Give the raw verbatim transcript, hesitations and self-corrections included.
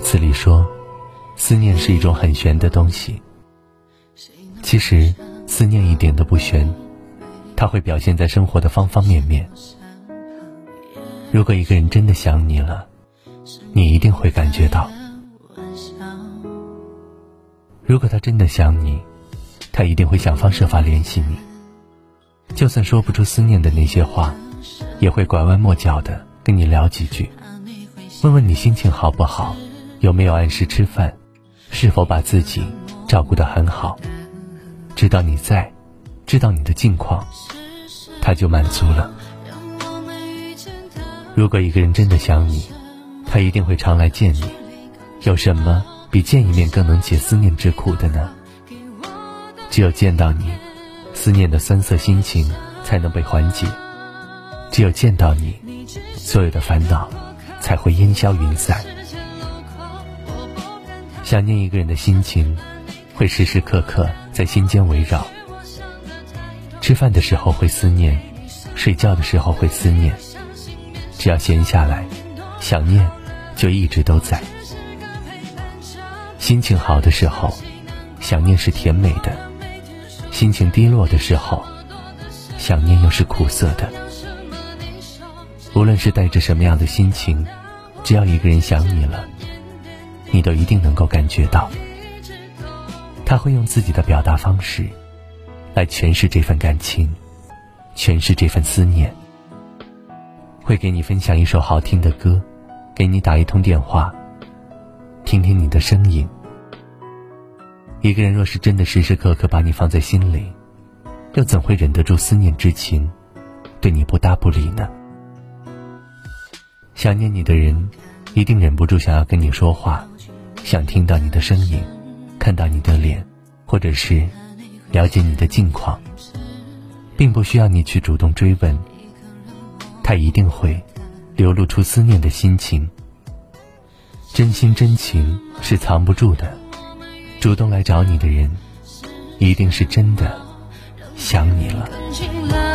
词里说，思念是一种很玄的东西。其实思念一点都不玄，它会表现在生活的方方面面。如果一个人真的想你了，你一定会感觉到。如果他真的想你，他一定会想方设法联系你，就算说不出思念的那些话，也会拐弯抹角的跟你聊几句，问问你心情好不好，有没有按时吃饭，是否把自己照顾得很好，知道你在，知道你的近况，他就满足了。如果一个人真的想你，他一定会常来见你，有什么比见一面更能解思念之苦的呢？只有见到你，思念的酸涩心情才能被缓解，只有见到你，所有的烦恼才会烟消云散。想念一个人的心情会时时刻刻在心间围绕，吃饭的时候会思念，睡觉的时候会思念，只要闲下来，想念就一直都在。心情好的时候，想念是甜美的；心情低落的时候，想念又是苦涩的。无论是带着什么样的心情，只要一个人想你了，你都一定能够感觉到。他会用自己的表达方式来诠释这份感情，诠释这份思念，会给你分享一首好听的歌，给你打一通电话，听听你的声音。一个人若是真的时时刻刻把你放在心里，又怎会忍得住思念之情，对你不搭不理呢？想念你的人一定忍不住想要跟你说话，想听到你的声音，看到你的脸，或者是了解你的近况，并不需要你去主动追问，他一定会流露出思念的心情。真心真情是藏不住的，主动来找你的人一定是真的想你了。